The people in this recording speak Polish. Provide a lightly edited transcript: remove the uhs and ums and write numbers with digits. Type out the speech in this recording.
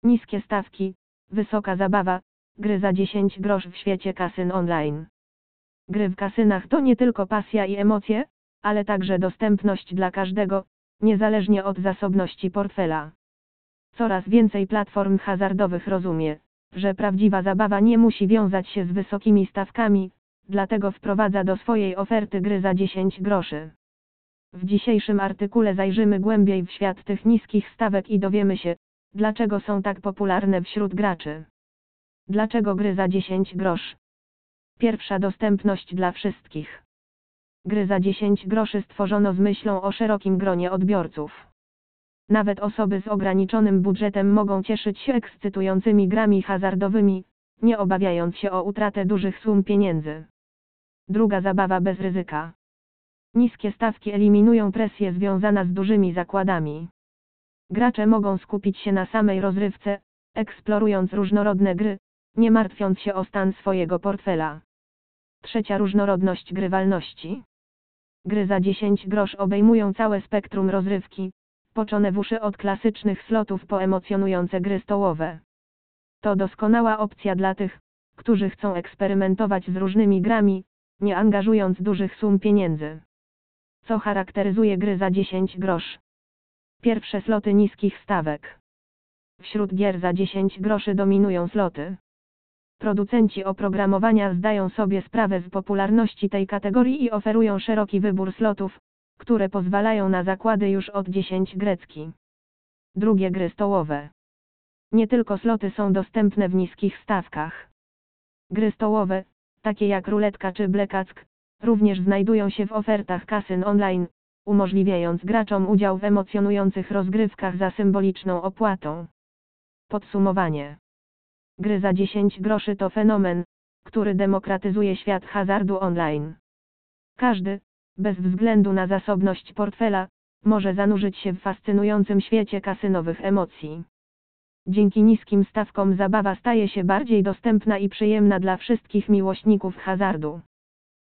Niskie stawki, wysoka zabawa, gry za 10 groszy w świecie kasyn online. Gry w kasynach to nie tylko pasja i emocje, ale także dostępność dla każdego, niezależnie od zasobności portfela. Coraz więcej platform hazardowych rozumie, że prawdziwa zabawa nie musi wiązać się z wysokimi stawkami, dlatego wprowadza do swojej oferty gry za 10 groszy. W dzisiejszym artykule zajrzymy głębiej w świat tych niskich stawek i dowiemy się, dlaczego są tak popularne wśród graczy. Dlaczego gry za 10 groszy? Pierwsza, dostępność dla wszystkich. Gry za 10 groszy stworzono z myślą o szerokim gronie odbiorców. Nawet osoby z ograniczonym budżetem mogą cieszyć się ekscytującymi grami hazardowymi, nie obawiając się o utratę dużych sum pieniędzy. Druga, zabawa bez ryzyka. Niskie stawki eliminują presję związaną z dużymi zakładami. Gracze mogą skupić się na samej rozrywce, eksplorując różnorodne gry, nie martwiąc się o stan swojego portfela. Trzecia, różnorodność grywalności. Gry za 10 groszy obejmują całe spektrum rozrywki, począwszy od klasycznych slotów po emocjonujące gry stołowe. To doskonała opcja dla tych, którzy chcą eksperymentować z różnymi grami, nie angażując dużych sum pieniędzy. Co charakteryzuje gry za 10 groszy? Pierwsze, sloty niskich stawek. Wśród gier za 10 groszy dominują sloty. Producenci oprogramowania zdają sobie sprawę z popularności tej kategorii i oferują szeroki wybór slotów, które pozwalają na zakłady już od 10 grecki. Drugie, gry stołowe. Nie tylko sloty są dostępne w niskich stawkach. Gry stołowe, takie jak ruletka czy blackjack, również znajdują się w ofertach kasyn online, umożliwiając graczom udział w emocjonujących rozgrywkach za symboliczną opłatą. Podsumowanie. Gry za 10 groszy to fenomen, który demokratyzuje świat hazardu online. Każdy, bez względu na zasobność portfela, może zanurzyć się w fascynującym świecie kasynowych emocji. Dzięki niskim stawkom zabawa staje się bardziej dostępna i przyjemna dla wszystkich miłośników hazardu.